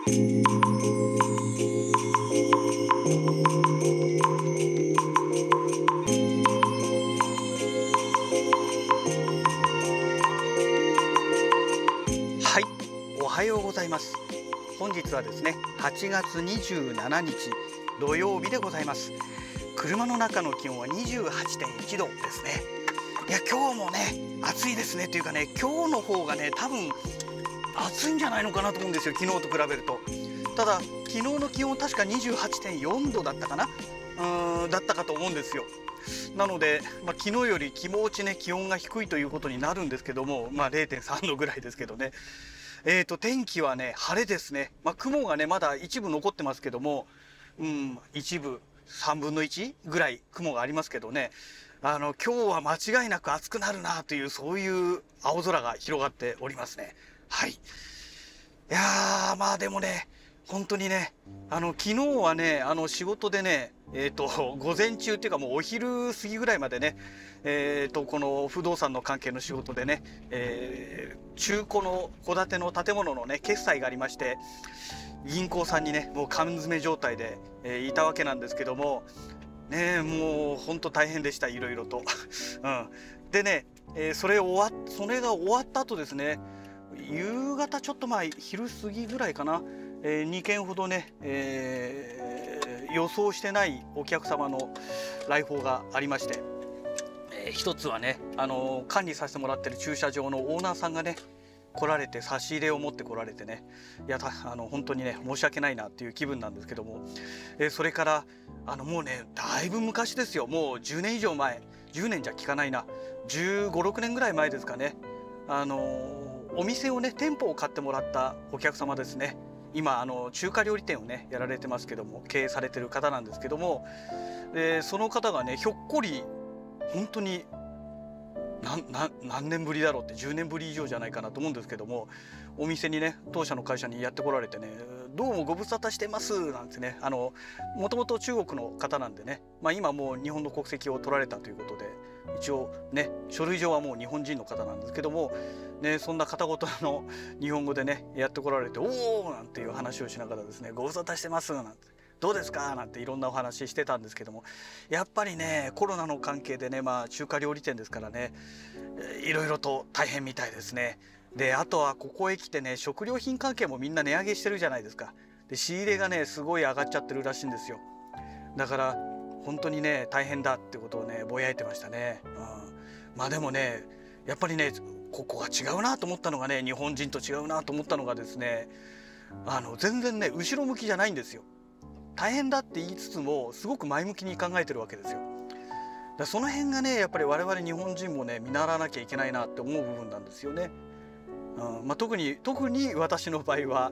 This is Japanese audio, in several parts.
はい、おはようございます。本日はですね、8月27日土曜日でございます。車の中の気温は28.1度ですね。いや、今日もね、暑いですねというかね、今日の方がね、多分暑いんじゃないのかなと思うんですよ、昨日と比べると。ただ、昨日の気温確か28.4度だったかな、だったかと思うんですよ。なので、昨日より気持ちね、気温が低いということになるんですけども、0.3度ぐらいですけどね。天気はね、晴れですね。雲がね、まだ一部残ってますけども、一部3分の1ぐらい雲がありますけどね。今日は間違いなく暑くなるなという、そういう青空が広がっておりますね。はい。いやー、でもね、本当にね、昨日はね、仕事でね、午前中っていうかもうお昼過ぎぐらいまでね、この不動産の関係の仕事でね、中古の戸建ての建物のね、決済がありまして、銀行さんにね、もう缶詰状態で、いたわけなんですけども、ね、もう本当大変でした、いろいろと。うん。でね、それが終わった後ですね、夕方ちょっと昼過ぎぐらいかな、2件ほどね、予想してないお客様の来訪がありまして、一つはね、管理させてもらってる駐車場のオーナーさんがね、来られて差し入れを持ってこられてね、いや本当にね、申し訳ないなっていう気分なんですけども、それからもうね、だいぶ昔ですよ、もう10年以上前、10年じゃ聞かないな、15、6年ぐらい前ですかね。お店をね、店舗を買ってもらったお客様ですね。今中華料理店をね、やられてますけども、経営されてる方なんですけども、その方がね、ひょっこり本当に何年ぶりだろうって、10年ぶり以上じゃないかなと思うんですけども、お店にね、当社の会社にやってこられてね、どうもご無沙汰してますなんてね、もともと中国の方なんでね、今もう日本の国籍を取られたということで、一応ね、書類上はもう日本人の方なんですけども、ね、そんな片言の日本語でね、やってこられて、おーなんていう話をしながらですね、ご無沙汰してますなんて。どうですかなんていろんなお話してたんですけども、やっぱりね、コロナの関係でね、中華料理店ですからね、いろいろと大変みたいですね。で、あとはここへ来てね、食料品関係もみんな値上げしてるじゃないですか。で、仕入れがね、すごい上がっちゃってるらしいんですよ。だから、本当にね、大変だってことをね、ぼやいてましたね。でもね、やっぱりね、ここが違うなと思ったのがね、日本人と違うなと思ったのがですね、全然ね、後ろ向きじゃないんですよ。大変だって言いつつも、すごく前向きに考えてるわけですよ。その辺がね、やっぱり我々日本人もね、見習わなきゃいけないなって思う部分なんですよね。特に私の場合は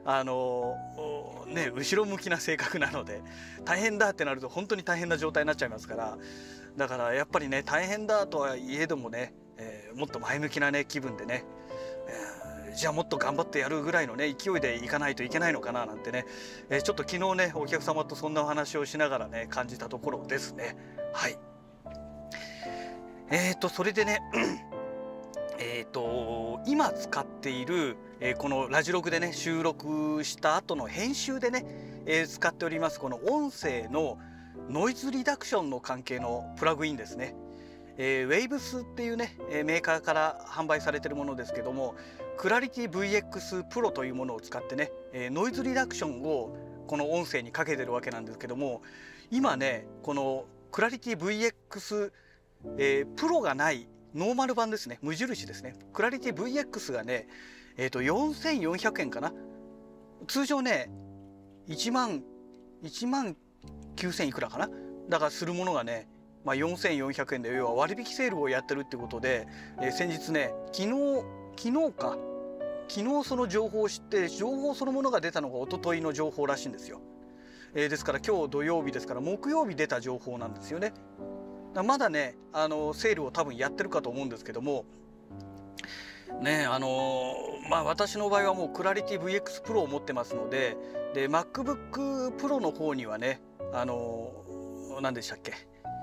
後ろ向きな性格なので、大変だってなると本当に大変な状態になっちゃいますから、だからやっぱりね、大変だとはいえどもね、もっと前向きなね気分でね、じゃあもっと頑張ってやるぐらいのね勢いでいかないといけないのかななんてね、ちょっと昨日ねお客様とそんなお話をしながらね感じたところですね。はい。それでね今使っている、このラジログでね収録した後の編集でね、使っておりますこの音声のノイズリダクションの関係のプラグインですね。Waves っていうね、メーカーから販売されているものですけども、クラリティ VX Pro というものを使ってね、ノイズリダクションをこの音声にかけてるわけなんですけども、今ねこのクラリティ VX、プロがないノーマル版ですね、無印ですね、クラリティ VX がね、4400円かな。通常ね1万9000いくらかな、だからするものがね、4400円で、要は割引セールをやってるってことで、先日ね、昨日その情報を知って、情報そのものが出たのが一昨日の情報らしいんですよ。ですから今日土曜日ですから、木曜日出た情報なんですよね。まだねセールを多分やってるかと思うんですけどもね、私の場合はもうクラリティ VX Pro を持ってますので、MacBook Pro の方にはね何でしたっけ、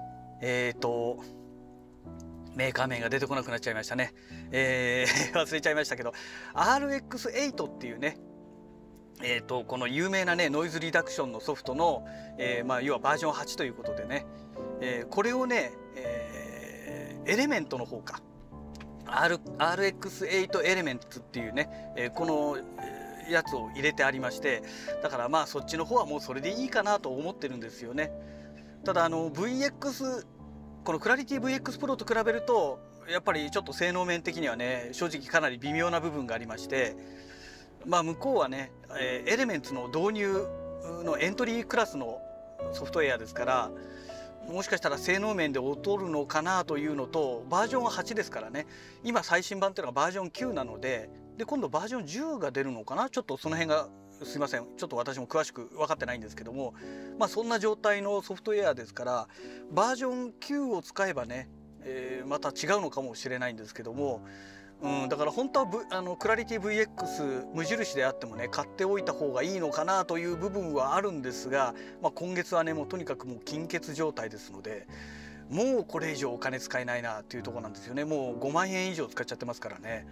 メーカー名が出てこなくなっちゃいましたね。忘れちゃいましたけど RX8 っていうねこの有名なねノイズリダクションのソフトの、要はバージョン8ということでね、これをね、エレメントの方か、RX8 エレメンツっていうね、このやつを入れてありまして、だからまあそっちの方はもうそれでいいかなと思ってるんですよね。ただVX、このクラリティ VX プロと比べるとやっぱりちょっと性能面的にはね正直かなり微妙な部分がありまして、まあ向こうはね、エレメンツの導入のエントリークラスのソフトウェアですから、もしかしたら性能面で劣るのかなというのと、バージョンは8ですからね、今最新版っていうのがバージョン9なので、今度バージョン10が出るのかな、ちょっとその辺がすいません、ちょっと私も詳しく分かってないんですけども、まあそんな状態のソフトウェアですから、バージョン9を使えばね、また違うのかもしれないんですけども、だから本当は、クラリティ VX 無印であってもね買っておいた方がいいのかなという部分はあるんですが、今月はねもうとにかくもう金欠状態ですので、もうこれ以上お金使えないなっていうところなんですよね。もう5万円以上使っちゃってますからね。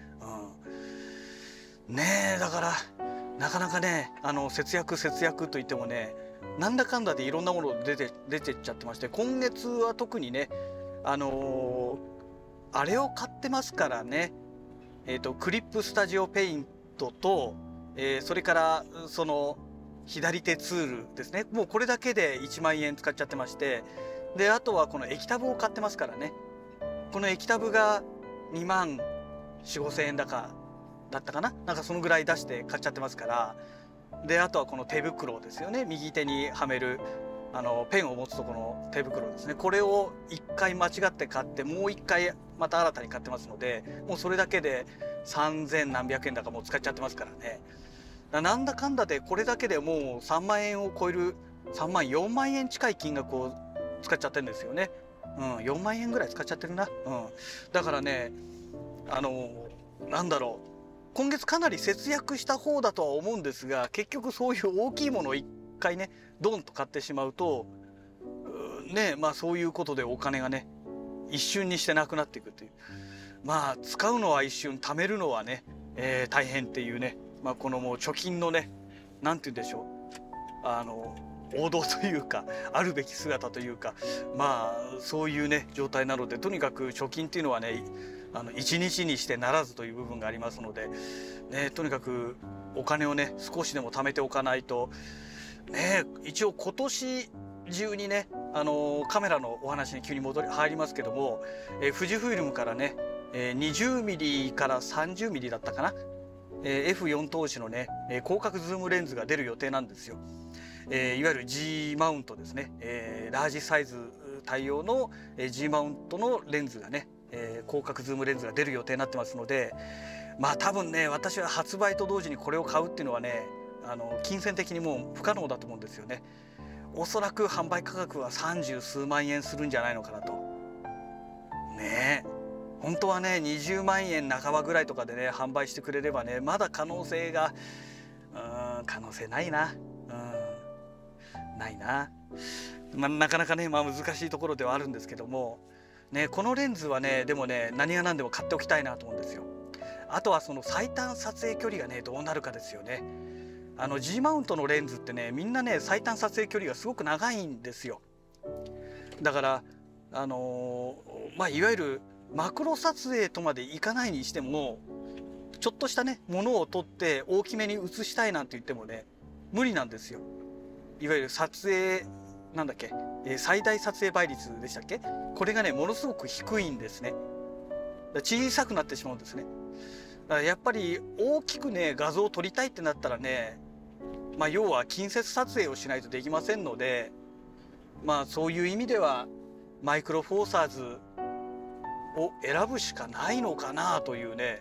ねえ、だからなかなかね節約といってもね、なんだかんだでいろんなもの出てっちゃってまして、今月は特にねあれを買ってますからね。クリップスタジオペイントと、それからその左手ツールですね。もうこれだけで1万円使っちゃってまして、であとはこの液タブを買ってますからね。この液タブが2万4、5千円だったかな、なんかそのぐらい出して買っちゃってますから。であとはこの手袋ですよね、右手にはめるペンを持つとこの手袋ですね、これを1回間違って買ってもう1回また新たに買ってますので、もうそれだけで3000何百円だかもう使っちゃってますからね。なんだかんだでこれだけでもう3万円を超える3万4万円近い金額を使っちゃってるんですよね。4万円ぐらい使っちゃってるな。だからねなんだろう、今月かなり節約した方だとは思うんですが、結局そういう大きいものを1回ねドンと買ってしまうとそういうことでお金がね一瞬にしてなくなっていくっていう、使うのは一瞬、貯めるのはね、大変っていうね、このもう貯金のね、なんて言うんでしょう、王道というかあるべき姿というか、そういうね状態なので、とにかく貯金っていうのはね一日にしてならずという部分がありますので、とにかくお金をね少しでも貯めておかないとね。一応今年中にねカメラのお話に急に入りますけども、富士フイルムからね、20ミリから30ミリだったかな、F4 投資のね広角ズームレンズが出る予定なんですよ。いわゆる G マウントですね、ラージサイズ対応の G マウントのレンズがね、広角ズームレンズが出る予定になってますので、多分ね私は発売と同時にこれを買うっていうのはね金銭的にもう不可能だと思うんですよね。おそらく販売価格は30数万円するんじゃないのかなと。ねえ、本当はね20万円半ばぐらいとかでね販売してくれればねまだ可能性が可能性ないな。ないな。なかなかね難しいところではあるんですけどもね、このレンズはねでもね何が何でも買っておきたいなと思うんですよ。あとはその最短撮影距離がねどうなるかですよね。G マウントのレンズってねみんなね最短撮影距離がすごく長いんですよ。だからいわゆるマクロ撮影とまでいかないにしても、ちょっとしたねものを撮って大きめに写したいなんて言ってもね無理なんですよ。いわゆる撮影なんだっけ、最大撮影倍率でしたっけ、これがねものすごく低いんですね。小さくなってしまうんですね。だからやっぱり大きくね画像を撮りたいってなったらね、要は近接撮影をしないとできませんので、そういう意味ではマイクロフォーサーズを選ぶしかないのかなというね。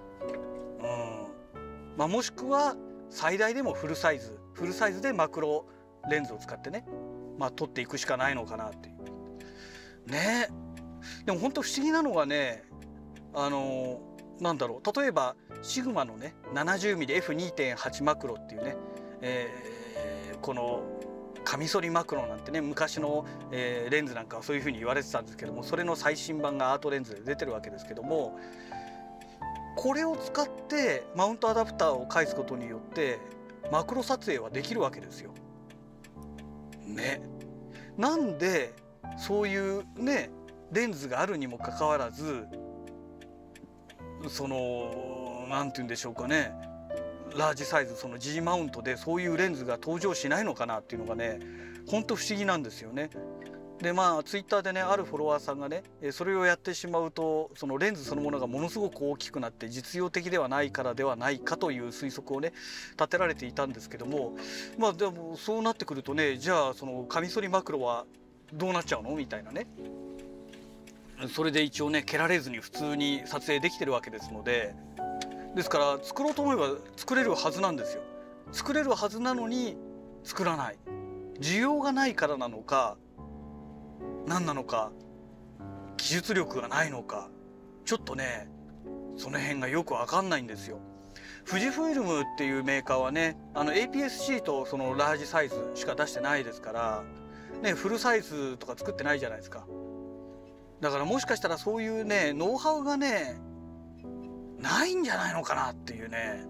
もしくは最大でもフルサイズでマクロレンズを使ってね撮っていくしかないのかなっていうね。でも本当不思議なのがねなんだろう、例えばシグマのね 70mmF2.8 マクロっていうね、このカミソリマクロなんてね昔の、レンズなんかはそういうふうに言われてたんですけども、それの最新版がアートレンズで出てるわけですけども、これを使ってマウントアダプターを介すことによってマクロ撮影はできるわけですよ。ね。なんでそういうねレンズがあるにもかかわらずその何て言うんでしょうかね、ラージサイズその G マウントでそういうレンズが登場しないのかなっていうのがねほんと不思議なんですよね。でまあツイッターでねあるフォロワーさんがねそれをやってしまうとそのレンズそのものがものすごく大きくなって実用的ではないからではないかという推測をね立てられていたんですけども、まあでもそうなってくるとね、じゃあそのカミソリマクロはどうなっちゃうのみたいなね。それで一応ね蹴られずに普通に撮影できてるわけですので、ですから作ろうと思えば作れるはずなんですよ。作れるはずなのに作らない。需要がないからなのか何なのか、技術力がないのか、ちょっとねその辺がよくわかんないんですよ。富士フイルムっていうメーカーはねAPS-C とそのラージサイズしか出してないですからね、フルサイズとか作ってないじゃないですか。だからもしかしたらそういうねノウハウがねないんじゃないのかなっていうね、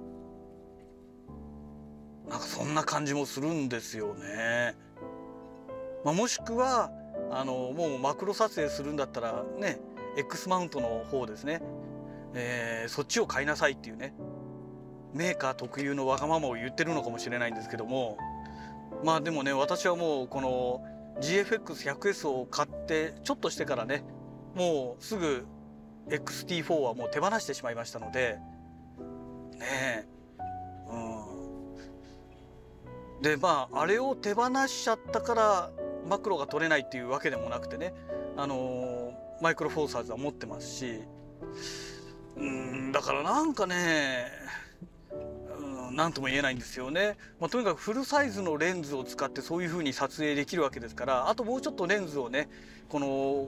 なんかそんな感じもするんですよね。もしくはもうマクロ撮影するんだったらね X マウントの方ですね、そっちを買いなさいっていうねメーカー特有のわがままを言ってるのかもしれないんですけども、まあでもね私はもうこの GFX100S を買ってちょっとしてからねもうすぐ XT4 はもう手放してしまいましたのでねでまああれを手放しちゃったからマクロが取れないっていうわけでもなくてね、マイクロフォーサーズは持ってますし、だからなんかね何とも言えないんですよね。とにかくフルサイズのレンズを使ってそういう風に撮影できるわけですから、あともうちょっとレンズをねこの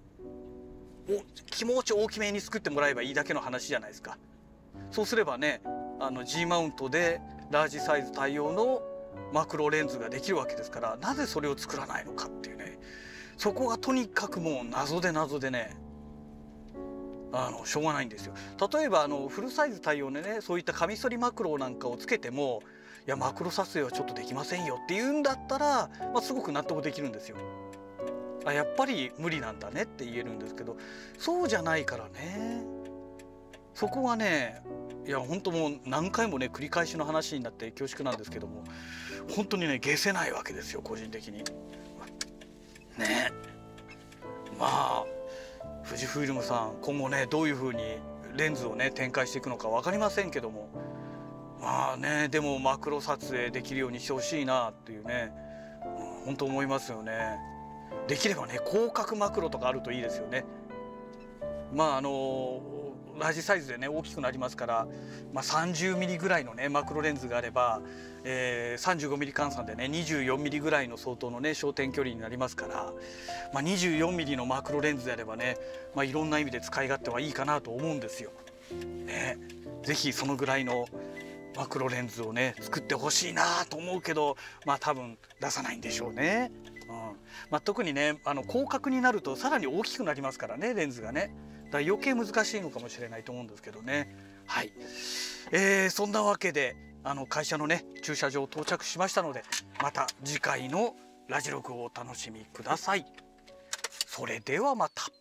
気持ち大きめに作ってもらえばいいだけの話じゃないですか。そうすればねG マウントでラージサイズ対応のマクロレンズができるわけですから、なぜそれを作らないのかっていうね、そこがとにかくもう謎で謎でねしょうがないんですよ。例えばフルサイズ対応でねそういったカミソリマクロなんかをつけてもいやマクロ撮影はちょっとできませんよっていうんだったら、すごく納得できるんですよ。やっぱり無理なんだねって言えるんですけど、そうじゃないからね、そこはねいや本当もう何回もね繰り返しの話になって恐縮なんですけども、本当にね解せないわけですよ個人的にね。まあ富士フイルムさん今後ねどういう風にレンズをね展開していくのか分かりませんけども、まあねでもマクロ撮影できるようにしてほしいなっていうね、本当思いますよね。できればね広角マクロとかあるといいですよね。ラージサイズでね大きくなりますから、30ミリぐらいのねマクロレンズがあれば、35ミリ換算でね24ミリぐらいの相当のね焦点距離になりますから、24ミリのマクロレンズであればね、いろんな意味で使い勝手はいいかなと思うんですよ。ね、ぜひそのぐらいのマクロレンズをね作ってほしいなと思うけど、多分出さないんでしょうね。特にね広角になるとさらに大きくなりますからねレンズがね。だから余計難しいのかもしれないと思うんですけどね。はい、そんなわけで会社のね駐車場到着しましたので、また次回のラジログをお楽しみください。それではまた。